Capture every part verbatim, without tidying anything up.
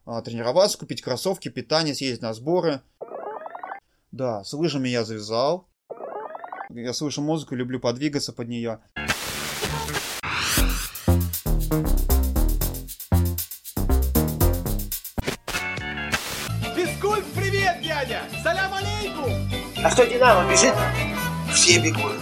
а, тренироваться, купить кроссовки, питание, съездить на сборы. Да, с лыжами я завязал. Я слышу музыку, люблю подвигаться под нее. Физкульт, привет, дядя! Салям алейкум! А что, Динамо бежит? Все бегут.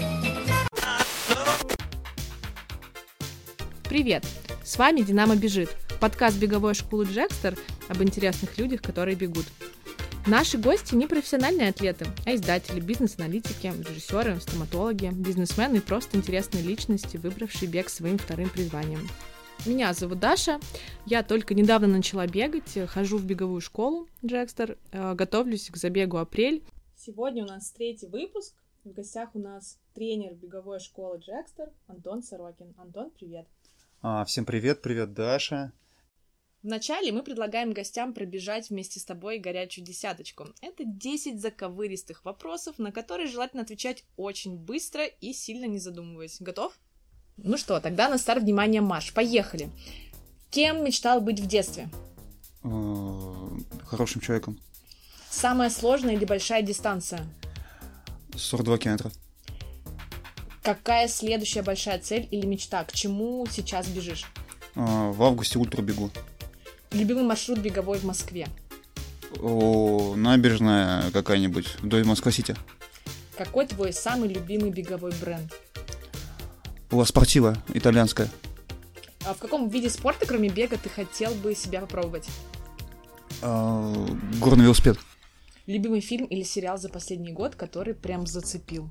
Привет! С вами «Динамо бежит» – подкаст беговой школы Джекстер об интересных людях, которые бегут. Наши гости не профессиональные атлеты, а издатели, бизнес-аналитики, режиссеры, стоматологи, бизнесмены и просто интересные личности, выбравшие бег своим вторым призванием. Меня зовут Даша, я только недавно начала бегать, хожу в беговую школу Джекстер, готовлюсь к забегу «Апрель». Сегодня у нас третий выпуск, в гостях у нас тренер беговой школы Джекстер Антон Сорокин. Антон, привет! А, всем привет, привет, Даша. Вначале мы предлагаем гостям пробежать вместе с тобой горячую десяточку. Это десять заковыристых вопросов, на которые желательно отвечать очень быстро и сильно не задумываясь. Готов? Ну что, тогда на старт, внимание, марш. Поехали. Кем мечтал быть в детстве? Хорошим человеком. Самая сложная или большая дистанция? сорок два километра. Какая следующая большая цель или мечта? К чему сейчас бежишь? В августе ультра бегу. Любимый маршрут беговой в Москве? О, набережная какая-нибудь, вдоль Москва-Сити. Какой твой самый любимый беговой бренд? Ла Спортива, итальянская. А в каком виде спорта, кроме бега, ты хотел бы себя попробовать? А, горный велосипед. Любимый фильм или сериал за последний год, который прям зацепил?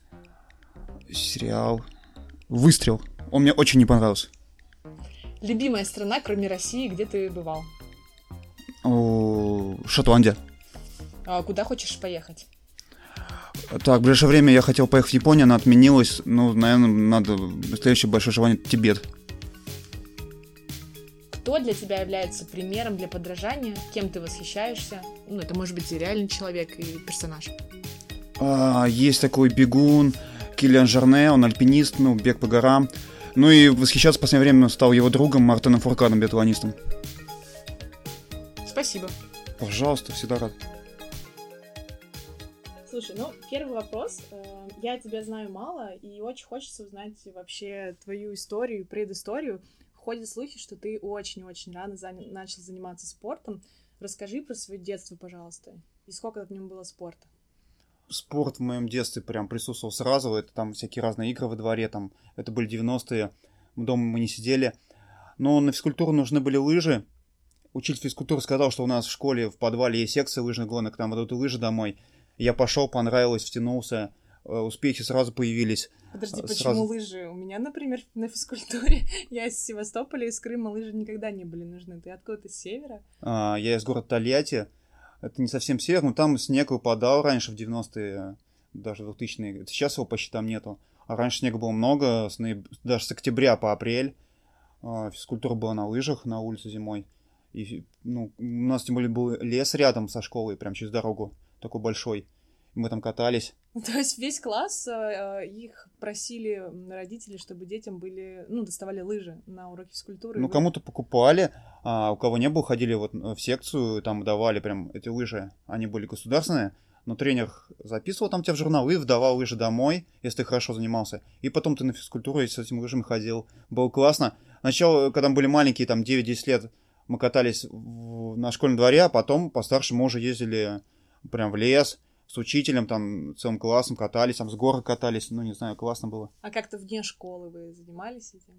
Сериал «Выстрел». Он мне очень не понравился. Любимая страна, кроме России, где ты бывал? О, Шотландия. А куда хочешь поехать? Так, в ближайшее время я хотел поехать в Японию, она отменилась. Ну, наверное, надо следующее большое желание — Тибет. Кто для тебя является примером для подражания? Кем ты восхищаешься? Ну, это может быть и реальный человек, и персонаж. А, есть такой бегун Килиан Жарне, он альпинист, ну, бег по горам. Ну и восхищаться в последнее время стал его другом Мартеном Фуркадом, биатлонистом. Спасибо. Пожалуйста, всегда рад. Слушай, ну, первый вопрос. Я тебя знаю мало, и очень хочется узнать вообще твою историю, предысторию. Ходят слухи, что ты очень-очень рано заня- начал заниматься спортом. Расскажи про свое детство, пожалуйста. И сколько в нем было спорта? Спорт в моем детстве прям присутствовал сразу. Это там всякие разные игры во дворе. Там, это были девяностые. Дома мы не сидели. Но на физкультуру нужны были лыжи. Учитель физкультуры сказал, что у нас в школе в подвале есть секция лыжных гонок. Там вот эти лыжи домой. Я пошел, понравилось, втянулся. Успехи сразу появились. Подожди, сразу... почему лыжи? У меня, например, на физкультуре, я из Севастополя, из Крыма, лыжи никогда не были нужны. Ты откуда-то с севера? А, я из города Тольятти. Это не совсем север, но там снег выпадал раньше в девяностые, даже двухтысячные. Сейчас его почти там нету. А раньше снега было много, с нояб... даже с октября по апрель. А, физкультура была на лыжах на улице зимой. И, ну, у нас тем более был лес рядом со школой, прям через дорогу, такой большой. Мы там катались. То есть весь класс, э, их просили родители, чтобы детям были, ну, доставали лыжи на уроки физкультуры. Ну, вы... кому-то покупали, а у кого не было, ходили вот в секцию, там давали прям эти лыжи. Они были государственные, но тренер записывал там тебя в журнал и выдавал лыжи домой, если ты хорошо занимался. И потом ты на физкультуру с этими лыжами ходил. Было классно. Сначала, когда мы были маленькие, там девять-десять лет, мы катались в... на школьном дворе, а потом постарше мы уже ездили прям в лес, с учителем, там, целым классом катались, там, с горы катались, ну, не знаю, классно было. А как-то вне школы вы занимались этим?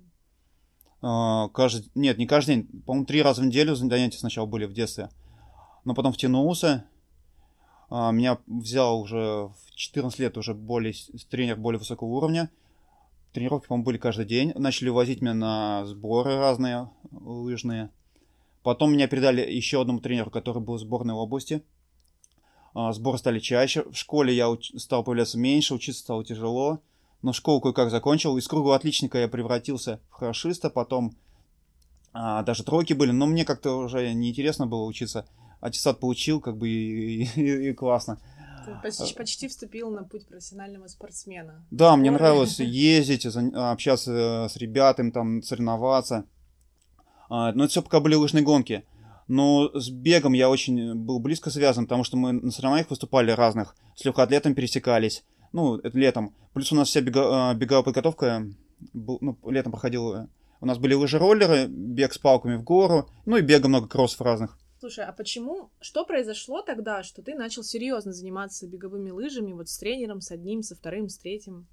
А, каждый... Нет, не каждый день. По-моему, три раза в неделю занятия сначала были в детстве. Но потом втянулся. А, меня взял уже в четырнадцать лет уже более... тренер более высокого уровня. Тренировки, по-моему, были каждый день. Начали возить меня на сборы разные лыжные. Потом меня передали еще одному тренеру, который был в сборной области. Сборы стали чаще. В школе я уч... стал появляться меньше, учиться стало тяжело. Но школу кое-как закончил. Из круга отличника я превратился в хорошиста. Потом а, даже тройки были. Но мне как-то уже неинтересно было учиться. Аттестат получил, как бы, и, и, и классно. Ты почти, почти вступил на путь профессионального спортсмена. Да, Сборы. мне нравилось ездить, общаться с ребятами, там, соревноваться. А, но это все пока были лыжные гонки. Но с бегом я очень был близко связан, потому что мы на соревнованиях выступали разных, с легкоатлетом пересекались, ну, это летом. Плюс у нас вся бега, беговая подготовка, ну, летом проходила. У нас были лыжи-роллеры, бег с палками в гору, ну и бега много кроссов разных. Слушай, а почему, что произошло тогда, что ты начал серьезно заниматься беговыми лыжами, вот с тренером, с одним, со вторым, с третьим?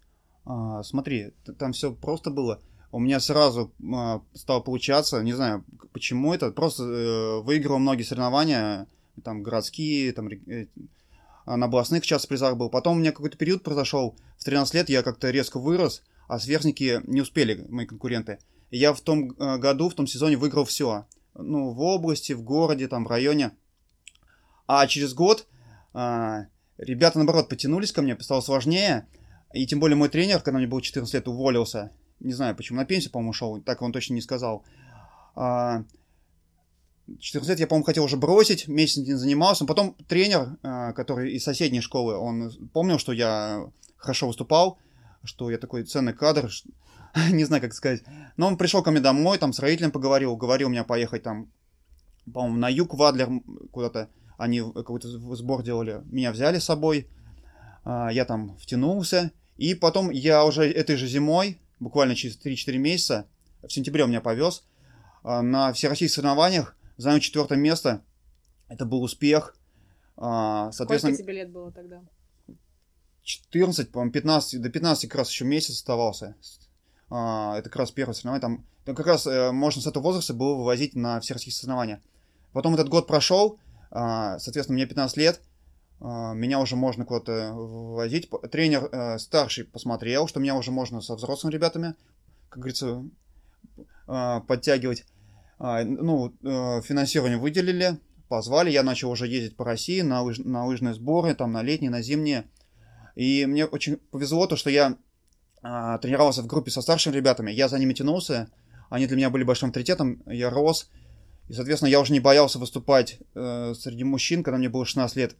А, смотри, там все просто было. У меня сразу а, стало получаться, не знаю, почему это, просто э, выигрывал многие соревнования, там, городские, там, э, на областных часто призах был. Потом у меня какой-то период произошел, в тринадцать лет я как-то резко вырос, а сверстники не успели, мои конкуренты. И я в том году, в том сезоне выиграл все. Ну, в области, в городе, там, в районе. А через год а, ребята, наоборот, потянулись ко мне, стало сложнее. И тем более мой тренер, когда мне было четырнадцать лет, уволился. Не знаю, почему, на пенсию, по-моему, ушел. Так он точно не сказал. А, четырнадцать лет я, по-моему, хотел уже бросить, месяц не занимался. Но потом тренер, а, который из соседней школы, он помнил, что я хорошо выступал, что я такой ценный кадр, не знаю, как сказать. Но он пришел ко мне домой, там с родителем поговорил, уговорил меня поехать там, по-моему, на юг в Адлер куда-то. Они какой-то сбор делали. Меня взяли с собой. Я там втянулся. И потом я уже этой же зимой, буквально через три-четыре месяца, в сентябре он меня повез, на всероссийских соревнованиях, занял четвертое место. Это был успех. Соответственно, сколько тебе лет было тогда? четырнадцать, по-моему, пятнадцать, до пятнадцати как раз еще месяц оставался. А, это как раз первое соревнование. Там, там как раз э, можно с этого возраста было вывозить на всероссийские соревнования. Потом этот год прошел, а, соответственно, мне пятнадцать лет, а, меня уже можно куда-то вывозить. Тренер э, старший посмотрел, что меня уже можно со взрослыми ребятами, как говорится, э, подтягивать. А, ну, э, финансирование выделили, позвали, я начал уже ездить по России на, лыж, на лыжные сборы, там, на летние, на зимние. И мне очень повезло то, что я а, тренировался в группе со старшими ребятами. Я за ними тянулся. Они для меня были большим авторитетом. Я рос. И, соответственно, я уже не боялся выступать э, среди мужчин, когда мне было шестнадцать лет.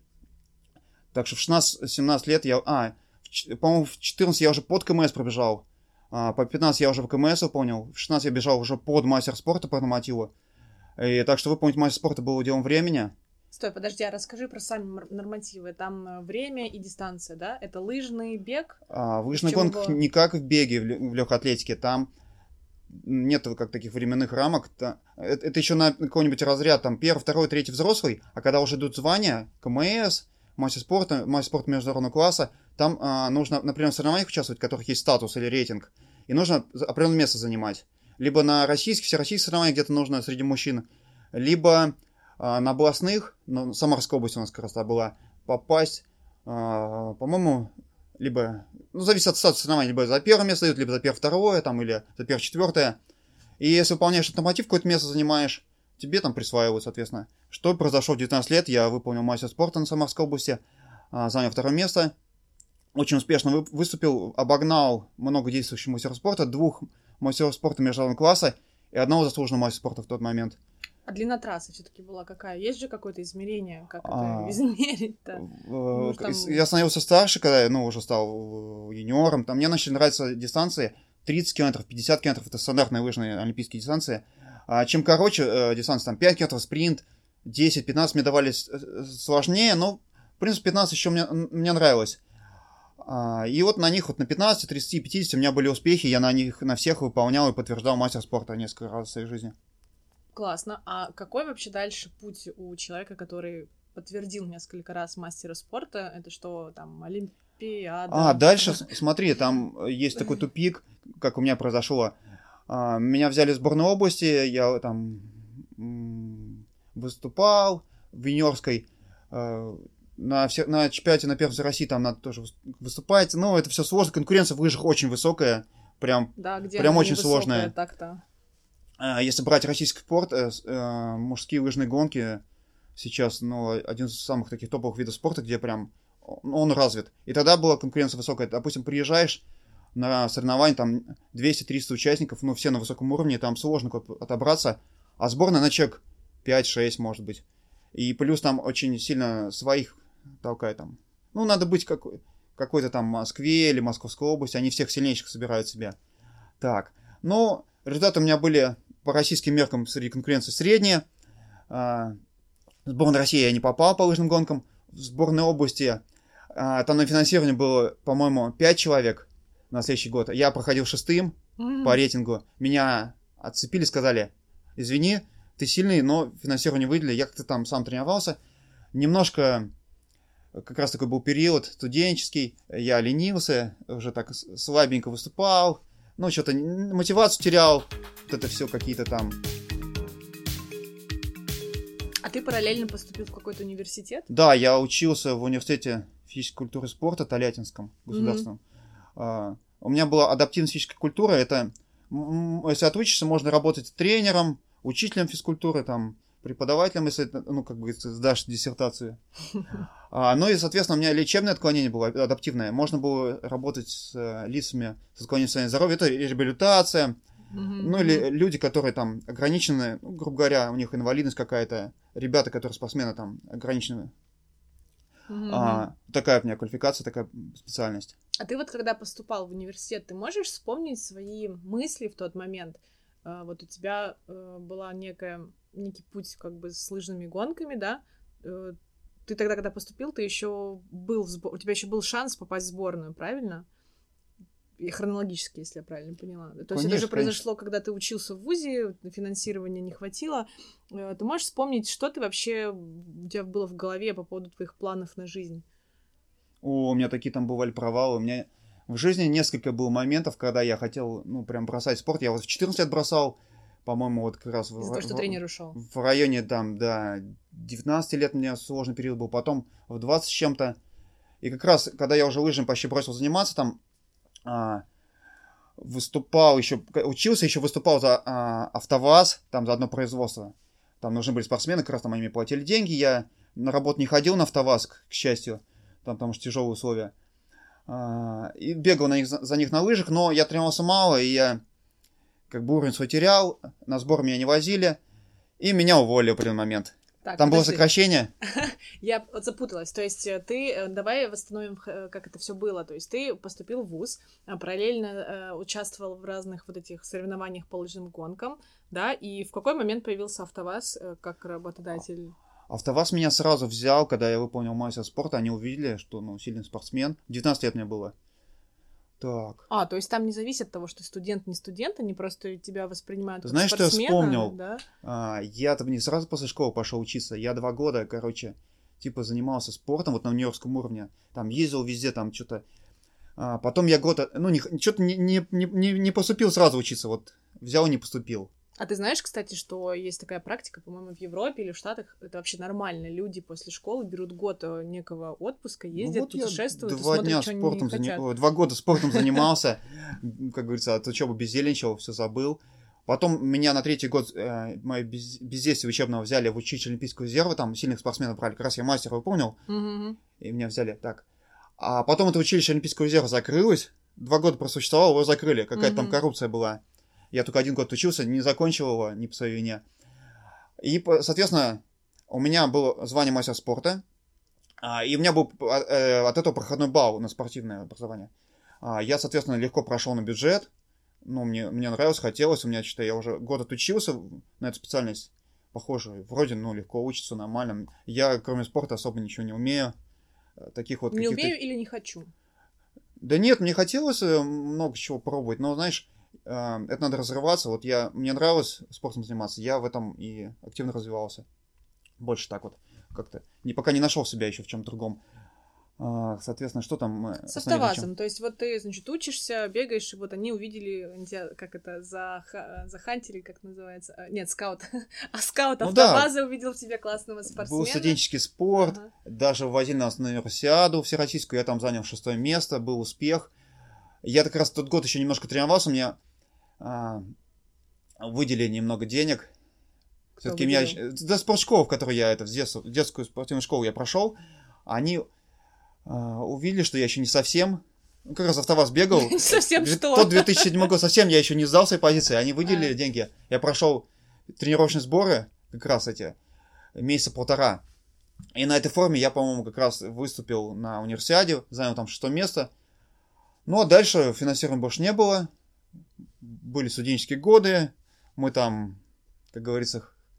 Так что в шестнадцать-семнадцать лет я... А, в, по-моему, в четырнадцать я уже под КМС пробежал. А, по пятнадцать я уже в КМС выполнил. В шестнадцать я бежал уже под мастер спорта по нормативу. И так что выполнить мастер спорта было делом времени. Стой, подожди, а расскажи про сами нормативы. Там время и дистанция, да? Это лыжный бег? А, в лыжных гонках было... не как в беге, в легкоатлетике. Там нет как таких временных рамок. Это, это еще на какой-нибудь разряд, там, первый, второй, третий взрослый. А когда уже идут звания, КМС, мастер спорта, мастер спорта международного класса, там а, нужно, например, в соревнованиях участвовать, в которых есть статус или рейтинг. И нужно определенное место занимать. Либо на российских, всероссийских соревнованиях где-то нужно среди мужчин, либо... на областных, ну, Самарская область у нас как раз была, попасть, а, по-моему, либо, ну, зависит от статуса соревнований, либо за первое место дают, либо за первое второе, там, или за первое четвертое. И если выполняешь этот норматив, какое-то место занимаешь, тебе там присваивают, соответственно. Что произошло в девятнадцать лет, я выполнил мастер спорта на Самарской области, а, занял второе место, очень успешно вы, выступил, обогнал много действующих мастеров спорта, двух мастеров спорта международного класса и одного заслуженного мастера спорта в тот момент. А длина трассы все-таки была какая? Есть же какое-то измерение, как а, это измерить-то? Ну, там... Я становился старше, когда ну, уже стал юниором. Там мне начали нравиться дистанции тридцать километров, пятьдесят километров. Это стандартные лыжные олимпийские дистанции. А чем короче э, дистанция, там пять километров спринт, десять-пятнадцать мне давались сложнее, но, в принципе, пятнадцать еще мне, мне нравилось. А, и вот на них, вот на пятнадцать, тридцать, пятьдесят у меня были успехи, я на них на всех выполнял и подтверждал мастер спорта несколько раз в своей жизни. Классно. А какой вообще дальше путь у человека, который подтвердил несколько раз мастера спорта? Это что, там, Олимпиада? А, дальше, смотри, там есть такой тупик, как у меня произошло. Меня взяли в сборную области, я там выступал в юниорской, на, все, на чемпионате на первенстве России там надо тоже выступать. Ну, это все сложно, конкуренция в лыжах очень высокая, прям, да, где прям очень сложная. Так-то? Если брать российский спорт, э, э, мужские лыжные гонки сейчас, ну, один из самых таких топовых видов спорта, где прям он развит. И тогда была конкуренция высокая. Допустим, приезжаешь на соревнования, там двести-триста участников, ну, все на высоком уровне, там сложно отобраться, а сборная на человек пять-шесть, может быть. И плюс там очень сильно своих толкает там. Ну, надо быть как, какой-то там Москве или Московской области, они всех сильнейших собирают себе. Так, ну, результаты у меня были... по российским меркам среди конкуренции средние. в сборную России я не попал по лыжным гонкам. В сборной области там на финансирование было, по-моему, пять человек на следующий год. Я проходил шестым mm-hmm. по рейтингу. Меня отцепили, сказали, извини, ты сильный, но финансирование выделили. Я как-то там сам тренировался. Немножко, как раз такой был период студенческий. Я ленился, уже так слабенько выступал. Ну, что-то мотивацию терял. Вот это все какие-то там... А ты параллельно поступил в какой-то университет? Да, я учился в университете физической культуры и спорта Тольяттинском государственном. Mm-hmm. У меня была адаптивная физическая культура. Это, если отучишься, можно работать тренером, учителем физкультуры, там, преподавателем, если, ну, как говорится, сдашь диссертацию. а, ну и, соответственно, у меня лечебное отклонение было адаптивное. Можно было работать с лицами с отклонением состояния здоровья. Это реабилитация. Mm-hmm. Ну или люди, которые там ограничены, ну, грубо говоря, у них инвалидность какая-то. Ребята, которые спортсмены там ограничены. Mm-hmm. А, такая у меня квалификация, такая специальность. А ты вот когда поступал в университет, ты можешь вспомнить свои мысли в тот момент? А, вот у тебя а, была некая, некий путь как бы с лыжными гонками, да? А, ты тогда, когда поступил, ты еще был в сбор... у тебя еще был шанс попасть в сборную, правильно? И хронологически, если я правильно поняла. То есть конечно, это же произошло, конечно. когда ты учился в вузе, финансирования не хватило. Ты можешь вспомнить, что ты вообще у тебя было в голове по поводу твоих планов на жизнь? О, у меня такие там бывали провалы. У меня в жизни несколько было моментов, когда я хотел, ну, прям бросать спорт. Я вот в четырнадцать лет бросал, по-моему, вот как раз... Из-за в, того, что в, тренер ушел. В районе, там, да, девятнадцать лет у меня сложный период был. Потом в двадцать с чем-то. И как раз, когда я уже лыжами почти бросил заниматься, там... А, выступал еще, учился, еще выступал за а, АвтоВАЗ, там за одно производство. Там нужны были спортсмены, как раз там они мне платили деньги. Я на работу не ходил на АвтоВАЗ, к, к счастью, там потому что тяжелые условия. А, и бегал на них, за, за них на лыжах, но я тренировался мало, и я как бы уровень свой терял, на сбор меня не возили, и меня уволили в определенный момент. Так, там подожди. Было сокращение. Я запуталась. То есть ты, давай восстановим, как это все было. То есть ты поступил в вуз, параллельно э, участвовал в разных вот этих соревнованиях по лыжным гонкам, да, и в какой момент появился АвтоВАЗ э, как работодатель? АвтоВАЗ меня сразу взял, когда я выполнил мастер спорта, они увидели, что, ну, сильный спортсмен. девятнадцать лет мне было. Так. А, то есть там не зависит от того, что ты студент, не студент, они просто тебя воспринимают как знаешь, спортсмена. Знаешь, что я вспомнил? Да? А, я-то не сразу после школы пошел учиться. Я два года, короче, типа занимался спортом вот на юниорском уровне. Там ездил везде, там что-то. А, потом я год, ну, не, что-то не, не, не, не поступил сразу учиться. Вот взял и не поступил. А ты знаешь, кстати, что есть такая практика, по-моему, в Европе или в Штатах, это вообще нормально. Люди после школы берут год некого отпуска, ездят, ну, вот путешествуют, два и дня смотрят, спортом что они заня... хотят. Два года спортом занимался, как говорится, от учебы бездельничал, все забыл. Потом меня на третий год э, мое бездействие учебного взяли в учитель Олимпийского резерва, там сильных спортсменов брали, как раз я мастера выполнил, mm-hmm. и меня взяли так. А потом это училище Олимпийского резерва закрылось, два года просуществовало, его закрыли, какая-то mm-hmm. там коррупция была. Я только один год учился, не закончил его, не по своей вине. И, соответственно, у меня было звание мастера спорта, и у меня был от этого проходной балл на спортивное образование. Я, соответственно, легко прошел на бюджет. Ну, мне, мне нравилось, хотелось. У меня, что-то, я уже год отучился на эту специальность. Похоже, вроде, ну, легко учится, нормально. Я, кроме спорта, особо ничего не умею. Таких вот не каких-то... умею или не хочу? Да нет, мне хотелось много чего пробовать, но, знаешь... Это надо разрываться. Вот я, мне нравилось спортом заниматься, я в этом и активно развивался. Больше так вот как-то. Не, пока не нашел себя еще в чем-то другом. Соответственно, что там? С АвтоВАЗом. То есть вот ты, значит, учишься, бегаешь, и вот они увидели, как это, за, захантили, как называется? Нет, скаут. А скаут АвтоВАЗа ну, да. увидел в тебе классного спортсмена. Был студенческий спорт. Ага. Даже возили нас на универсиаду всероссийскую. Я там занял шестое место, был успех. Я как раз тот год еще немножко тренировался, мне а, выделили немного денег. Все-таки меня... Да, спортшкола, в которой я это, в детстве, детскую спортивную школу я прошел, они а, увидели, что я еще не совсем, ну, как раз АвтоВАЗ бегал. Совсем что? Тот две тысячи седьмой год совсем я еще не сдал свои позиции, они выделили деньги. Я прошел тренировочные сборы, как раз эти, месяца полтора. И на этой форме я, по-моему, как раз выступил на универсиаде, занял там шестое место. Ну, а дальше финансирования больше не было. Были студенческие годы. Мы там, как говорится,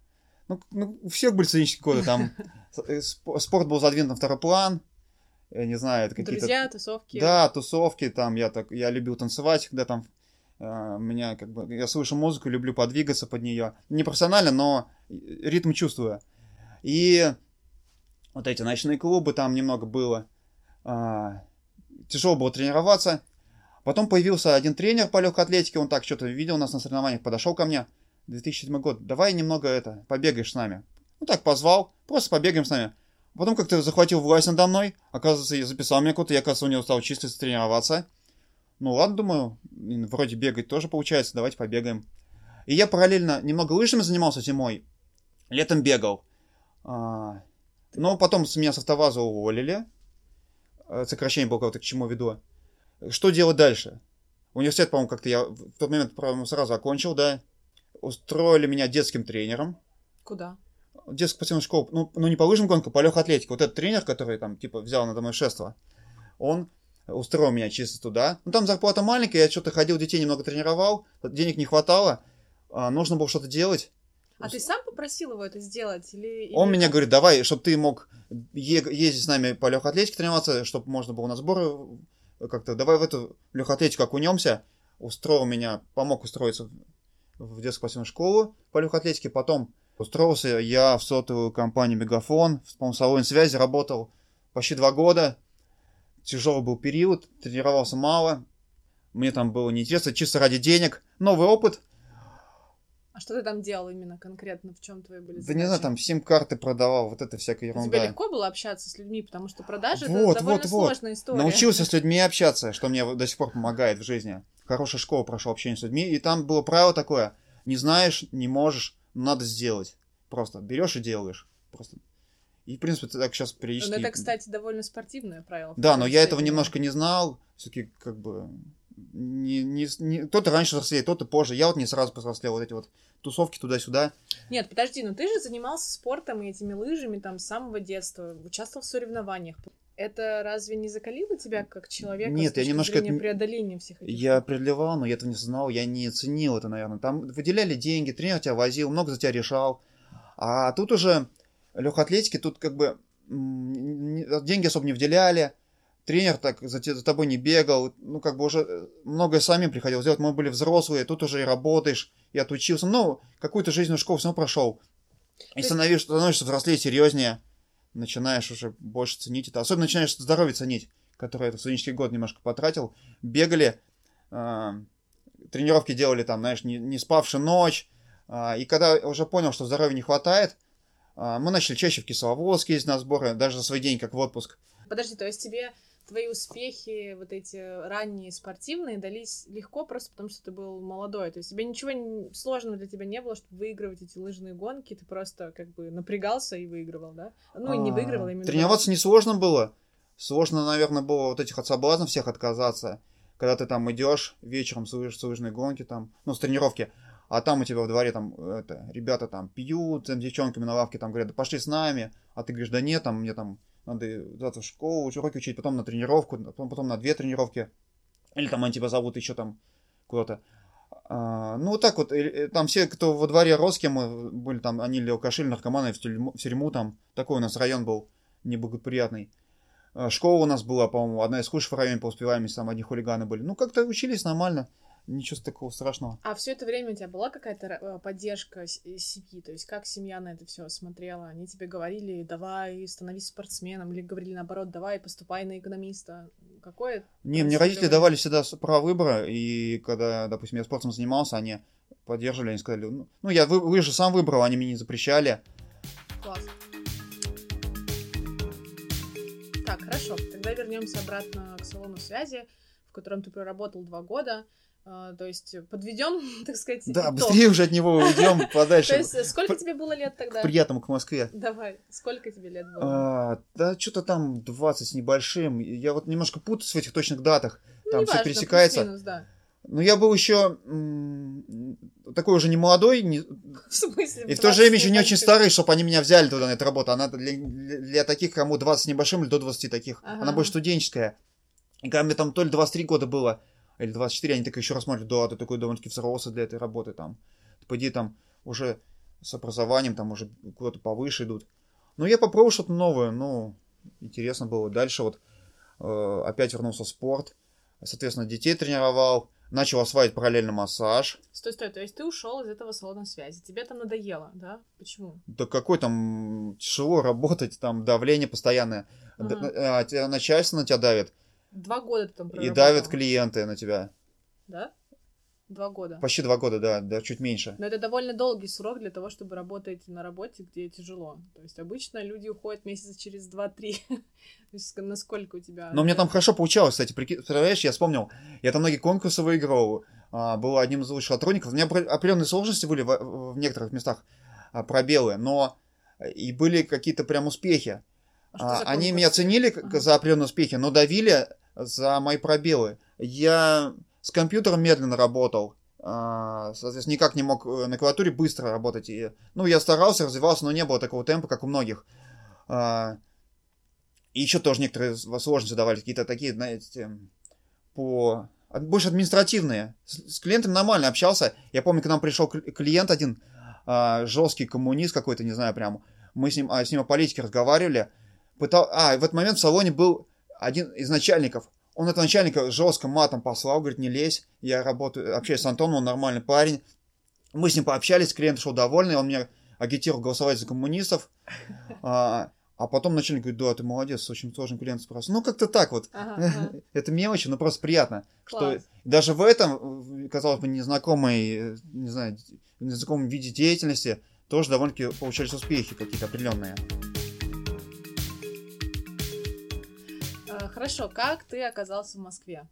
Ну, ну, у всех были студенческие годы, там спорт был задвинут на второй план, я не знаю, это какие-то... Друзья, тусовки. Да, тусовки, там, я так, я любил танцевать, когда там, э, меня, как бы, я слышу музыку, люблю подвигаться под нее, не профессионально, но ритм чувствую. И вот эти ночные клубы, там немного было, э, тяжело было тренироваться. Потом появился один тренер по легкой атлетике, он так что-то видел нас на соревнованиях, подошел ко мне, две тысячи седьмой год, давай немного это, побегаешь с нами. Ну так, позвал, просто побегаем с нами. Потом как-то захватил власть надо мной, оказывается, я записал меня куда-то, я, оказывается, у него стал числиться, тренироваться. Ну ладно, думаю, вроде бегать тоже получается, давайте побегаем. И я параллельно немного лыжами занимался зимой, летом бегал. А, но потом меня с автоваза уволили, сокращение было какое-то, к чему веду. Что делать дальше? Университет, по-моему, как-то я в тот момент, по-моему, сразу окончил, да. Устроили меня детским тренером. Куда? Детскую спортивную школу. Ну, ну не по лыжам гонка, по легкой атлетике. Вот этот тренер, который там, типа, взял надо мной шефство, он устроил меня чисто туда. Ну, там зарплата маленькая, я что-то ходил, детей немного тренировал, денег не хватало, а, нужно было что-то делать. А ты сам попросил его это сделать? Или, или он как? меня говорит, давай, чтобы ты мог е- ездить с нами по легкой атлетике тренироваться, чтобы можно было на сборы как-то, давай в эту легкую атлетику окунемся. Устроил меня, помог устроиться в детскую спортивную школу по легкой атлетике. Потом устроился я в сотовую компанию Мегафон, в салоне связи, работал почти два года. Тяжелый был период, тренировался мало. Мне там было неинтересно, чисто ради денег. Новый опыт. А что ты там делал именно конкретно? В чем твои были задачи? Да не знаю, там сим-карты продавал, вот это всякая ерунда. Тебе легко было общаться с людьми, потому что продажи Вот, это довольно вот, вот. сложная история. Научился с людьми общаться, что мне до сих пор помогает в жизни. Хорошая школа прошел общение с людьми, и там было правило такое: не знаешь, не можешь, надо сделать. Просто берешь и делаешь. Просто. И, в принципе, ты так сейчас периодически... Но это, кстати, довольно спортивное правило. Да, но я этого немножко не знал. Все-таки, как бы... Не, не, не... Кто-то раньше взрослеет, кто-то позже. Я вот не сразу повзрослел. Вот эти вот тусовки туда-сюда. Нет, подожди, но ты же занимался спортом и этими лыжами там с самого детства. Участвовал в соревнованиях. Это разве не закалило тебя как человека? Нет, с точки я немножко зрения это... преодоления всех этих... Я преодолевал, но я этого не знал. Я не ценил это, наверное. Там выделяли деньги, тренер тебя возил, много за тебя решал. А тут уже легкой атлетики, тут как бы деньги особо не выделяли. Тренер так за, за тобой не бегал, ну, как бы уже многое самим приходилось делать. Мы были взрослые, тут уже и работаешь, и отучился. Ну, какую-то жизненную школу все равно прошел. И есть... становишься, становишься взрослее, серьезнее, начинаешь уже больше ценить это. Особенно начинаешь здоровье ценить, которое я в студенческий год немножко потратил. Бегали, э, тренировки делали там, знаешь, не, не спавши ночь. Э, и когда уже понял, что здоровья не хватает, э, мы начали чаще в Кисловодск ездить на сборы, даже за свой день, как в отпуск. Подожди, то есть тебе... Твои успехи, вот эти ранние спортивные, дались легко просто потому, что ты был молодой. То есть тебе ничего сложного для тебя не было, чтобы выигрывать эти лыжные гонки. Ты просто как бы напрягался и выигрывал, да? Ну, и не выигрывал, именно. Тренироваться не сложно было. Сложно, наверное, было вот этих от соблазнов всех отказаться. Когда ты там идешь вечером с, лыж, с лыжной гонки, там, ну, с тренировки, а там у тебя во дворе там это, ребята там пьют, там девчонками на лавке там говорят, да пошли с нами, а ты говоришь, да нет, там мне там надо завтра в школу, уроки учить, потом на тренировку, потом, потом на две тренировки. Или там они тебя зовут еще там куда-то. А, ну, вот так вот. Там все, кто во дворе рос, кем мы были, там, они или алкаши, или наркоманы, в тюрьму, в тюрьму там. Такой у нас район был неблагоприятный. А, школа у нас была, по-моему, одна из худших в районе по успеваемости, там одни хулиганы были. Ну, как-то учились нормально. Ничего такого страшного. А все это время у тебя была какая-то поддержка семьи? То есть как семья на это все смотрела? Они тебе говорили, давай, становись спортсменом, или говорили наоборот, давай, поступай на экономиста? Какое? Не, мне родители давали всегда право выбора, и когда, допустим, я спортом занимался, они поддерживали, они сказали, ну, ну я вы, вы же сам выбрал, они мне не запрещали. Класс. Так, хорошо, тогда вернемся обратно к салону связи, в котором ты проработал два года. Uh, то есть подведем, так сказать, да, итог. Быстрее уже от него уйдем подальше. То есть сколько тебе было лет тогда? К приятному, к Москве. Давай, сколько тебе лет было? А, да, что-то там двадцать с небольшим. Я вот немножко путаюсь в этих точных датах. Там все пересекается. Плюс-минус, да. Но я был еще м- такой уже не молодой. Не... В смысле? И в то же время еще не очень старый, чтобы они меня взяли туда на эту работу. Она для, для таких, кому двадцать с небольшим или до двадцати таких. Ага. Она больше студенческая. И когда мне там то ли двадцать три года было, или двадцать четыре, они так еще рассматривают, да, ты такой довольно-таки взрослый для этой работы, там, по идее, там, уже с образованием, там уже куда-то повыше идут. Ну, я попробовал что-то новое, ну, интересно было. Дальше вот э, опять вернулся в спорт, соответственно, детей тренировал, начал осваивать параллельно массаж. Стой, стой, то есть ты ушел из этого салона связи, тебе там надоело, да? Почему? Да какой там, тяжело работать, там давление постоянное, Ага. Д- а, тебя начальство на тебя давит, Два года ты там и проработал. давят клиенты на тебя. Да? Два года. Почти два года, да, да, чуть меньше. Но это довольно долгий срок для того, чтобы работать на работе, где тяжело. То есть обычно люди уходят месяца через два-три. То есть насколько у тебя... Но мне там хорошо получалось, кстати, прики- представляешь, я вспомнил, я там многие конкурсы выигрывал, а, был одним из лучших сотрудников. У меня опре- определенные сложности были в, в некоторых местах, а, пробелы, но и были какие-то прям успехи. А что А, за они конкурсы? меня ценили к- Ага. за определенные успехи, но давили за мои пробелы. Я с компьютером медленно работал, а, соответственно, никак не мог э, на клавиатуре быстро работать. И, ну, я старался, развивался, но не было такого темпа, как у многих. А, И еще тоже некоторые сложности давали, какие-то такие, знаете, по... больше административные. С, с клиентом нормально общался. Я помню, к нам пришел клиент один, а, жесткий коммунист какой-то, не знаю, прям. Мы с ним, а, с ним о политике разговаривали. Пытал... А, и в этот момент в салоне был один из начальников. Он этого начальника жестко матом послал, говорит, не лезь. Я работаю, общаюсь с Антоном, он нормальный парень. Мы с ним пообщались, клиент ушел довольный, он меня агитировал голосовать за коммунистов. А, а потом начальник говорит, да, ты молодец, с очень сложным клиентом справился. Ну, как-то так вот. Ага, ага. Это мелочи, но просто приятно. Класс. Что даже в этом, казалось бы, незнакомой, не знаю, незнакомом виде деятельности тоже довольно-таки получались успехи какие-то определенные. А, Хорошо, как ты оказался в Москве?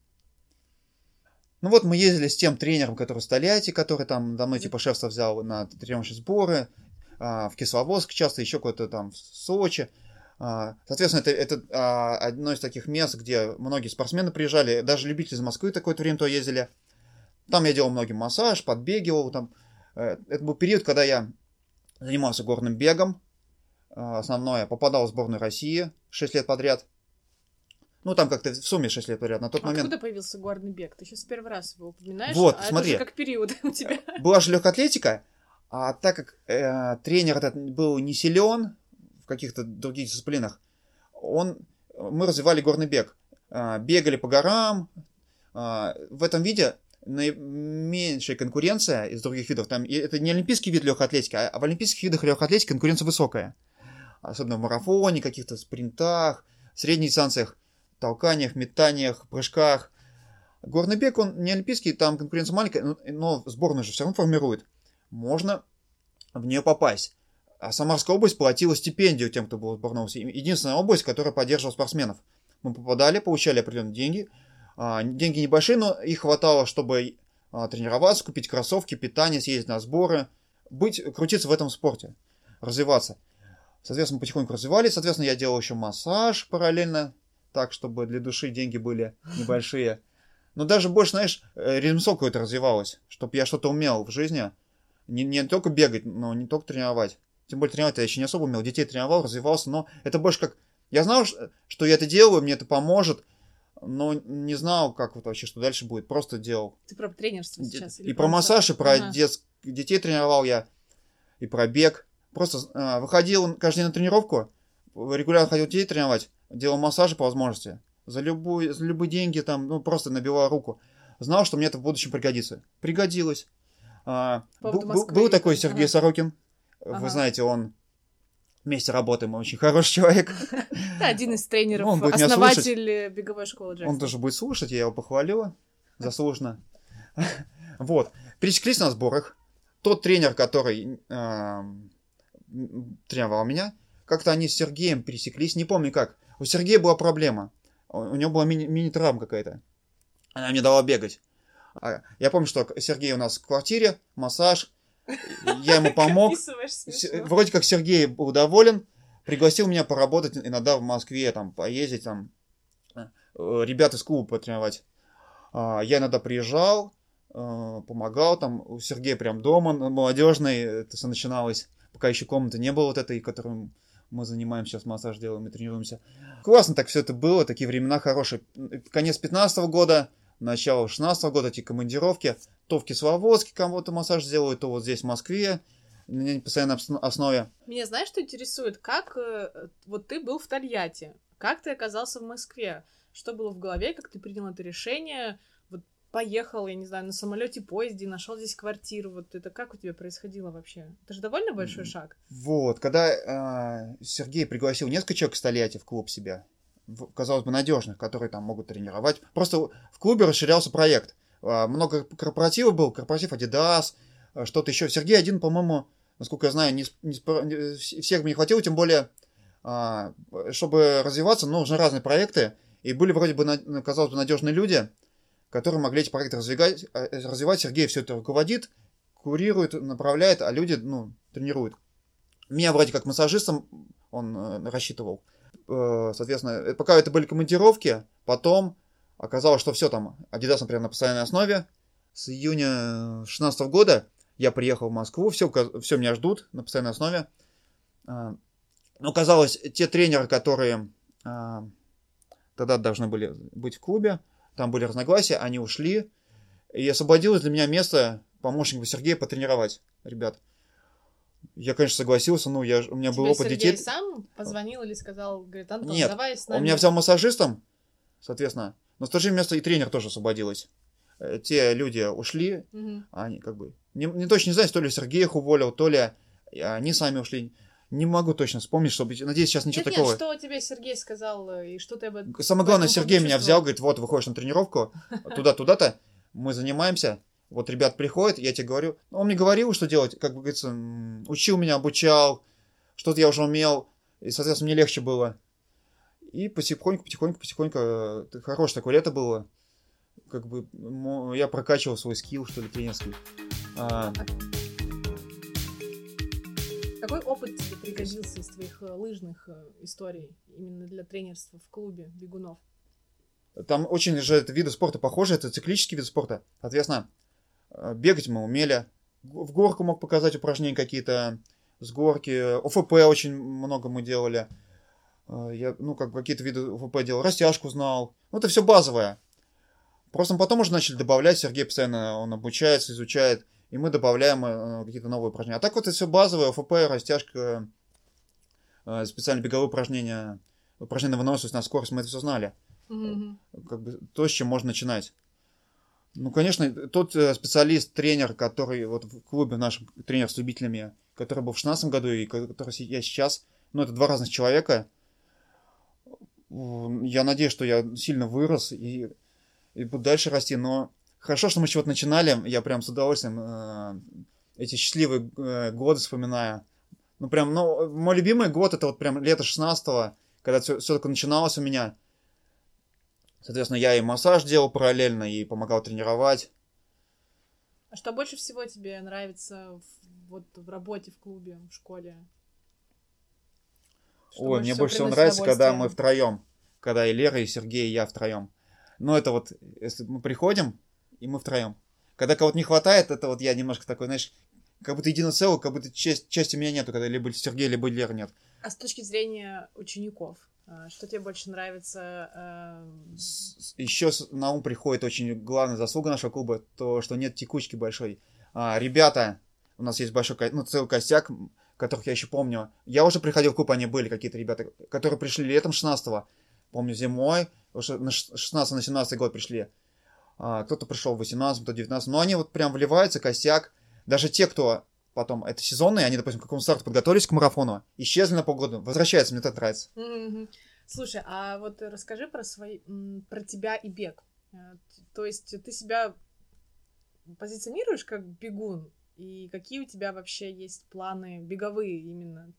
Ну вот мы ездили с тем тренером, который в Тольятти, который там давно типа шефство взял на тренировочные сборы, а, в Кисловодск часто, еще куда-то там в Сочи. А, соответственно, это, это а, одно из таких мест, где многие спортсмены приезжали, даже любители из Москвы такое-то время то ездили. Там я делал многим массаж, подбегивал. Там. Это был период, когда я занимался горным бегом. А, основное, попадал в сборную России шесть лет подряд. Ну, там как-то в сумме шесть лет подряд. На тот А момент... откуда появился горный бег? Ты сейчас первый раз его упоминаешь, Вот, а смотри. это уже как период у тебя. Была же легкоатлетика, а так как э, тренер этот был не силен в каких-то других дисциплинах, он, мы развивали горный бег. Э, бегали по горам. Э, в этом виде наименьшая конкуренция из других видов. Там, и это не олимпийский вид легкой атлетики, а в олимпийских видах легкой атлетики конкуренция высокая. Особенно в марафоне, каких-то спринтах, средних дистанциях, толканиях, метаниях, прыжках. Горный бег, он не олимпийский, там конкуренция маленькая, но, но сборную же все равно формирует. Можно в нее попасть. А Самарская область платила стипендию тем, кто был в сборной. Единственная область, которая поддерживала спортсменов. Мы попадали, получали определенные деньги. А, деньги небольшие, но их хватало, чтобы а, тренироваться, купить кроссовки, питание, съездить на сборы, быть, крутиться в этом спорте, развиваться. Соответственно, мы потихоньку развивались. Соответственно, я делал еще массаж параллельно, так, чтобы для души деньги были небольшие. Но даже больше, знаешь, ремесло какое-то развивалось, чтобы я что-то умел в жизни. Не, не только бегать, но не только тренировать. Тем более тренировать я еще не особо умел. Детей тренировал, развивался, но это больше как... Я знал, что я это делаю, мне это поможет, но не знал, как вот вообще, что дальше будет. Просто делал. Ты про тренерство сейчас? И про массаж, и про Ага. дет... детей тренировал я, и про бег. Просто а, выходил каждый день на тренировку, регулярно ходил детей тренировать, делал массажи по возможности. За, любую, за любые деньги там, ну, просто набивал руку. Знал, что мне это в будущем пригодится. Пригодилось. А, По был, поводу был, Москвы. был такой Сергей Ага. Сорокин. Ага. Вы знаете, он вместе работаем, он очень хороший человек. Это один из тренеров, Ну, он будет меня основатель беговой школы Джекстер. Он тоже будет слушать, я его похвалила. Заслуженно. Вот. Пересеклись на сборах. Тот тренер, который э, тренировал меня, как-то они с Сергеем пересеклись, не помню как. У Сергея была проблема. У него была мини- мини-травма какая-то. Она мне дала бегать. А Я помню, что Сергей у нас в квартире, массаж. Я ему помог. Описываешь смешно. Вроде как Сергей был доволен. Пригласил меня поработать иногда в Москве, там, поездить, там, э, ребят из клуба потренировать. А, Я иногда приезжал, э, помогал, там, у Сергея прям дома, молодежный, это все начиналось, пока еще комнаты не было вот этой, которой мы занимаемся, сейчас массаж делаем и тренируемся. Классно так все это было, такие времена хорошие. Конец пятнадцатого года, начало шестнадцатого года, эти командировки, то в Кисловодске кому-то массаж делают, то вот здесь в Москве. на постоянной основе. Меня знаешь, что интересует? Как вот ты был в Тольятти? Как ты оказался в Москве? Что было в голове? Как ты принял это решение? Вот поехал, я не знаю, на самолете, поезде, нашел здесь квартиру. Вот это как у тебя происходило вообще? Это же довольно большой шаг. Вот, когда э, Сергей пригласил несколько человек из Тольятти в клуб себя, в, казалось бы, надежных, которые там могут тренировать. Просто в клубе расширялся проект. Э, много корпоративов был, корпоратив Adidas, э, что-то еще. Сергей один, по-моему, насколько я знаю, не, не, всех бы не хватило, тем более, э, чтобы развиваться, нужны разные проекты. И были вроде бы, казалось бы, надежные люди, которые могли эти проекты развивать. развивать. Сергей все это руководит, курирует, направляет, а люди, ну, тренируют. Меня вроде как массажистом он э, рассчитывал. Э, соответственно, пока это были командировки, потом оказалось, что все там, Adidas, например, на постоянной основе. С июня две тысячи шестнадцатого года я приехал в Москву, все, все меня ждут на постоянной основе. Э, но оказалось, те тренеры, которые э, тогда должны были быть в клубе, там были разногласия, они ушли, и освободилось для меня место помощника Сергея потренировать ребят. Я, конечно, согласился, ну, я, у меня Тебе был опыт Сергей детей. сам позвонил или сказал, говорит, Антон, Нет, давай с нами? он меня взял массажистом, соответственно, но в то же место и тренер тоже освободилось. Те люди ушли, угу. Они как бы, не, не точно не знаю, то ли Сергей их уволил, то ли они сами ушли. Не могу точно вспомнить, чтобы... Надеюсь, сейчас ничего нет, такого... Нет, что тебе Сергей сказал, и что ты об этом... Самое главное, Сергей меня взял, говорит, вот, выходишь на тренировку, туда-туда-то, мы занимаемся, вот ребят приходят, я тебе говорю... Он мне говорил, что делать, как бы говорится, учил меня, обучал, что-то я уже умел, и, соответственно, мне легче было. И потихоньку, потихоньку, потихоньку, хорошее такое лето было, как бы я прокачивал свой скилл, что ли, тренерский. Какой опыт тебе пригодился из твоих лыжных историй именно для тренерства в клубе бегунов? Там очень же это виды спорта похожи, это циклический вид спорта. Соответственно, бегать мы умели, в горку мог показать упражнения какие-то, с горки, ОФП очень много мы делали. Я, ну, как бы какие-то виды ОФП делал, растяжку знал. Ну, это все базовое. Просто потом уже начали добавлять, Сергей постоянно он обучается, изучает. И мы добавляем э, какие-то новые упражнения. А так вот это все базовое, ОФП, растяжка, э, специальные беговые упражнения, упражнения на выносливость, на скорость, мы это все знали. Mm-hmm. Как бы то, с чем можно начинать. Ну, конечно, тот э, специалист, тренер, который вот в клубе нашем, тренер с любителями, который был в шестнадцатом году и который я сейчас, ну, это два разных человека. Я надеюсь, что я сильно вырос и, и буду дальше расти, но... Хорошо, что мы чего-то начинали, я прям с удовольствием э, эти счастливые э, годы вспоминаю. Ну, прям, ну, мой любимый год, это вот прям лето шестнадцатого, когда все, все только начиналось у меня. Соответственно, я и массаж делал параллельно, и помогал тренировать. А что больше всего тебе нравится в, вот, в работе, в клубе, в школе? Что Ой, мне больше всего нравится, когда мы втроем. Когда и Лера, и Сергей, и я втроем. Ну, это вот, если мы приходим, и мы втроем. Когда кого-то не хватает, это вот я немножко такой, знаешь, как будто единое целое, как будто часть, части меня нету, когда либо Сергей, либо Лера нет. А с точки зрения учеников, что тебе больше нравится? Еще на ум приходит очень главная заслуга нашего клуба, то, что нет текучки большой. А, ребята, у нас есть большой, ну, целый костяк, которых я еще помню. Я уже приходил в клуб, они были какие-то ребята, которые пришли летом шестнадцатого, помню, зимой, уже на шестнадцатый, на семнадцатый год пришли. А, кто-то пришел в восемнадцатом, кто-то в девятнадцатом, но они вот прям вливаются, костяк. Даже те, кто потом, это сезонные, они, допустим, к какому старту подготовились к марафону, исчезли на полгода, возвращаются, мне так нравится. Mm-hmm. Слушай, а вот расскажи про свои, про тебя и бег. То есть ты себя позиционируешь как бегун, и какие у тебя вообще есть планы беговые именно?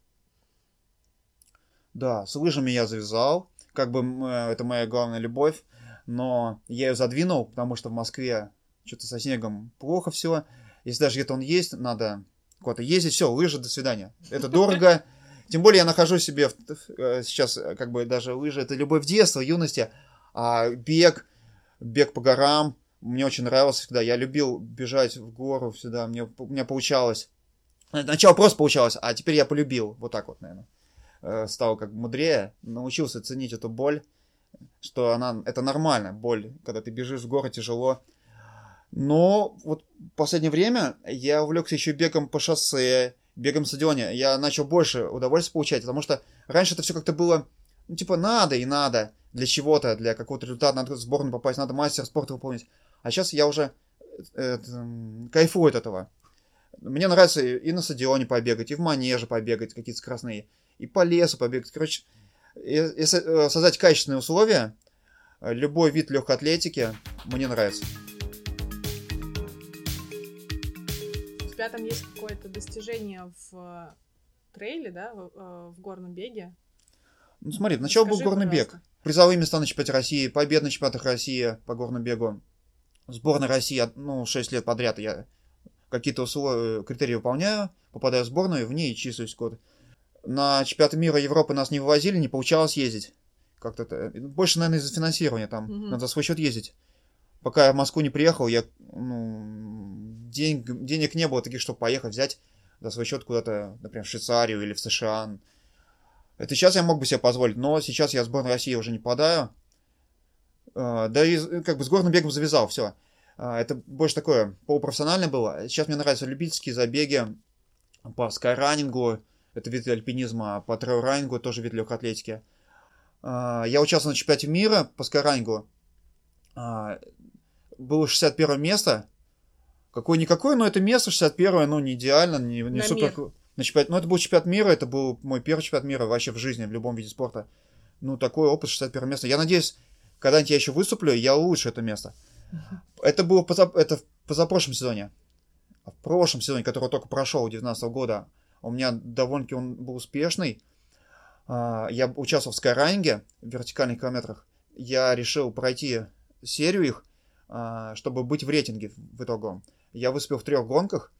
Да, с лыжами я завязал, как бы это моя главная любовь. Но я ее задвинул, потому что в Москве что-то со снегом плохо все. Если даже где-то он есть, надо куда-то ездить. Все, лыжи, до свидания. Это дорого. Тем более я нахожу себе сейчас, как бы даже лыжи, это любовь детства, юности. А бег, бег по горам, мне очень нравился всегда. Я любил бежать в гору всегда, мне, у меня получалось. Сначала просто получалось, а теперь я полюбил. Вот так вот, наверное. Стал как бы мудрее, научился ценить эту боль. Что она, это нормально, боль, когда ты бежишь в горы, тяжело. Но вот в последнее время я увлекся еще бегом по шоссе, бегаем на стадионе, я начал больше удовольствия получать, потому что раньше это все как-то было, ну, типа, надо и надо для чего-то, для какого-то результата, надо в сборную попасть, надо мастер спорта выполнить. А сейчас я уже э, э, кайфую от этого. Мне нравится и на стадионе побегать, и в манеже побегать, какие-то скоростные, и по лесу побегать. Короче, если создать качественные условия, любой вид легкой атлетики мне нравится. У тебя там есть какое-то достижение в трейле, да, в, в горном беге? Ну смотри, сначала был горный пожалуйста. бег. Призовые места на чемпионате России, победы на чемпионатах России по горному бегу. Сборная России, ну, шесть лет подряд я какие-то условия, критерии выполняю, попадаю в сборную, в ней числюсь год. На чемпионаты мира, Европы нас не вывозили, не получалось ездить. Как-то это... Больше, наверное, из-за финансирования там. Mm-hmm. Надо за свой счет ездить. Пока я в Москву не приехал, я, ну, день... денег не было таких, чтобы поехать, взять за свой счет куда-то, например, в Швейцарию или в США. Это сейчас я мог бы себе позволить, но сейчас я в сборную России уже не попадаю. Да и как бы с горным бегом завязал, все. Это больше такое полупрофессиональное было. Сейчас мне нравятся любительские забеги по скайранингу, это вид альпинизма, по трейл-ранингу, тоже вид легкой атлетики. Я участвовал на чемпионате мира по скайранингу. Было шестьдесят первое место. Какое-никакое, но это место шестьдесят первое, ну не идеально, не, не супер... Мир. На чемпионат... Ну это был чемпионат мира, это был мой первый чемпионат мира вообще в жизни, в любом виде спорта. Ну такой опыт, шестьдесят первое место. Я надеюсь, когда-нибудь я еще выступлю, я улучшу это место. Это было поза... это в позапрошлом сезоне. В прошлом сезоне, который только прошел, две тысячи девятнадцатого года, у меня довольно-таки он был успешный. Я участвовал в скайранинге, в вертикальных километрах. Я решил пройти серию их, чтобы быть в рейтинге в итоге. Я выступил в трех гонках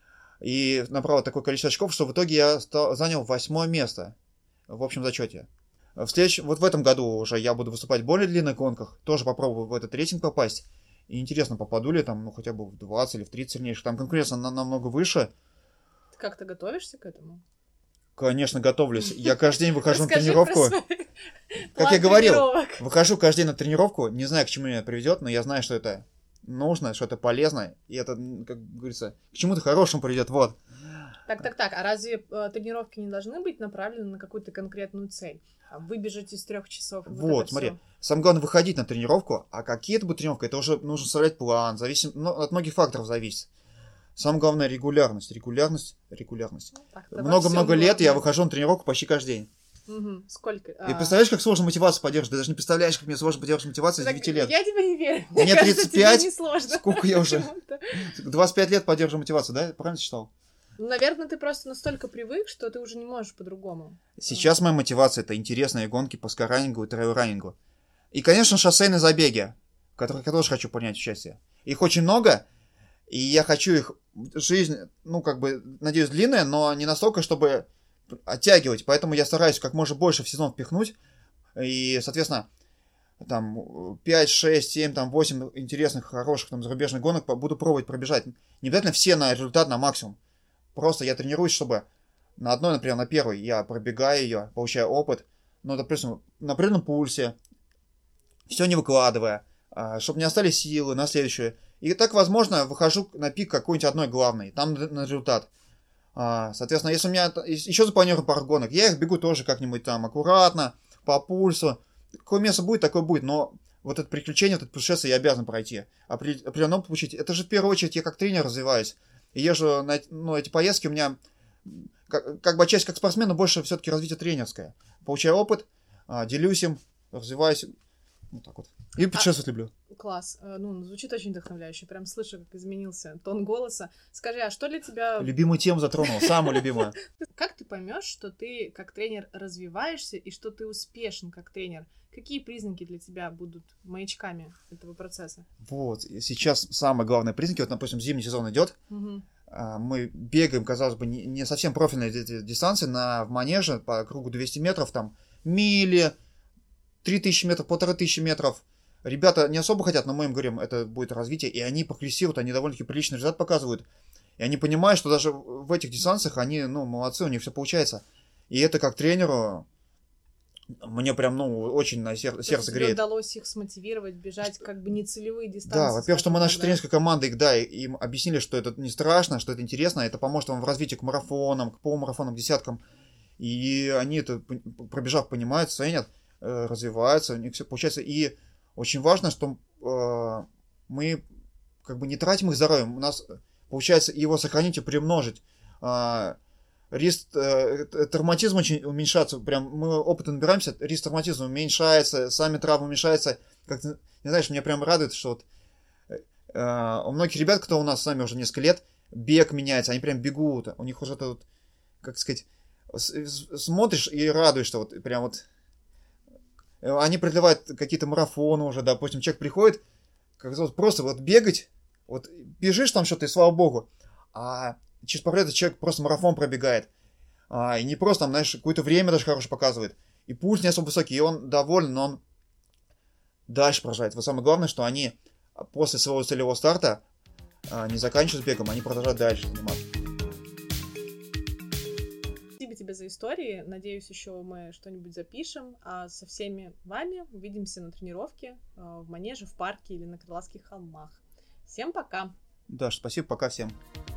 и набрал такое количество очков, что в итоге я стал... занял восьмое место в общем зачете. В следующем... Вот в этом году уже я буду выступать в более длинных гонках, тоже попробую в этот рейтинг попасть. И интересно, попаду ли там, ну, хотя бы в двадцать или в тридцать сильнейших. Там конкуренция на- намного выше. Ты как-то готовишься к этому? Конечно, готовлюсь. Я каждый день выхожу на тренировку. Как я говорил, выхожу каждый день на тренировку. Не знаю, к чему меня это приведет, но я знаю, что это нужно, что это полезно. И это, как говорится, к чему-то хорошему приведет. Вот. Так, так, так. А разве э, тренировки не должны быть направлены на какую-то конкретную цель? Выбежать из трех часов. Вот, вот смотри. Всё. Самое главное выходить на тренировку, а какие это будет тренировки, это уже нужно составлять план, зависит, ну, от многих факторов зависит. Самое главное регулярность, регулярность, регулярность. Много-много лет я выхожу на тренировку почти каждый день. Угу. Сколько? И а... представляешь, как сложно мотивацию поддерживать? Ты даже не представляешь, как мне сложно поддерживать мотивацию с девяти лет. Я тебе не верю. Мне, мне тридцать пять. Не сложно. Сколько я уже? двадцать пять лет поддерживаю мотивацию, да? Правильно считал? Ну, наверное, ты просто настолько привык, что ты уже не можешь по-другому. Сейчас моя мотивация — это интересные гонки по скайранингу и трейл-ранингу. И, конечно, шоссейные забеги, в которых я тоже хочу принять участие. Их очень много, и я хочу их... Жизнь, ну, как бы, надеюсь, длинная, но не настолько, чтобы оттягивать. Поэтому я стараюсь как можно больше в сезон впихнуть. И, соответственно, там пять, шесть, семь, там восемь интересных, хороших там зарубежных гонок буду пробовать пробежать. Не обязательно все на результат, на максимум. Просто я тренируюсь, чтобы на одной, например, на первой я пробегаю ее, получаю опыт, но, допустим, на определенном пульсе, все не выкладывая, чтобы не остались силы на следующую. И так, возможно, выхожу на пик какой-нибудь одной главной, там на результат. Соответственно, если у меня еще запланировано пару гонок, я их бегу тоже как-нибудь там аккуратно, по пульсу. Какое место будет, такое будет, но вот это приключение, вот это путешествие я обязан пройти. Определенно получить. Это же в первую очередь я как тренер развиваюсь. И езжу на ну, эти поездки, у меня как, как бы часть как спортсмен, но больше все-таки развитие тренерское. Получаю опыт, делюсь им, развиваюсь. Вот так вот. И путешествовать а, люблю. Класс. Ну, звучит очень вдохновляюще. Прям слышу, как изменился тон голоса. Скажи, а что для тебя... Любимую тему затронул, самую любимую. Как ты поймешь, что ты как тренер развиваешься и что ты успешен как тренер? Какие признаки для тебя будут маячками этого процесса? Вот, сейчас самые главные признаки, вот, допустим, зимний сезон идет, угу. Мы бегаем, казалось бы, не совсем профильные дистанции на, в манеже по кругу двести метров, там, мили, три тысячи метров, полторы тысячи метров. Ребята не особо хотят, но мы им говорим, это будет развитие, и они прогрессируют, они довольно-таки приличный результат показывают. И они понимают, что даже в этих дистанциях они, ну, молодцы, у них все получается. И это как тренеру мне прям, ну, очень на сер- сердце тебе греет. удалось их смотивировать, бежать как бы нецелевые дистанции. Да, во-первых, что мы нашей да? тренерской командой, да, им объяснили, что это не страшно, что это интересно, это поможет вам в развитии к марафонам, к полумарафонам, к десяткам. И они это, пробежав, понимают, ценят, э, развиваются, у них все получается. И очень важно, что э, мы как бы не тратим их здоровье, у нас получается его сохранить и приумножить. Э, риск э, травматизма очень уменьшается, прям мы опыта набираемся, риск травматизма уменьшается, сами травмы уменьшаются. Как-то, не знаешь, меня прям радует, что вот э, у многих ребят, кто у нас с нами уже несколько лет, бег меняется, они прям бегут, у них уже это вот, как сказать, смотришь и радуешься, вот прям вот. Они продлевают какие-то марафоны уже, допустим, человек приходит, как вот просто вот бегать, вот бежишь там что-то, и слава богу, а через пару лет человек просто марафон пробегает, а, и не просто там, знаешь, какое-то время даже хорошее показывает, и пульс не особо высокий, и он доволен, но он дальше продолжает. Вот самое главное, что они после своего целевого старта а, не заканчивают бегом, они продолжают дальше заниматься. Спасибо тебе за истории. Надеюсь, еще мы что-нибудь запишем. А со всеми вами увидимся на тренировке в Манеже, в парке или на Крылатских холмах. Всем пока! Да, спасибо, пока всем.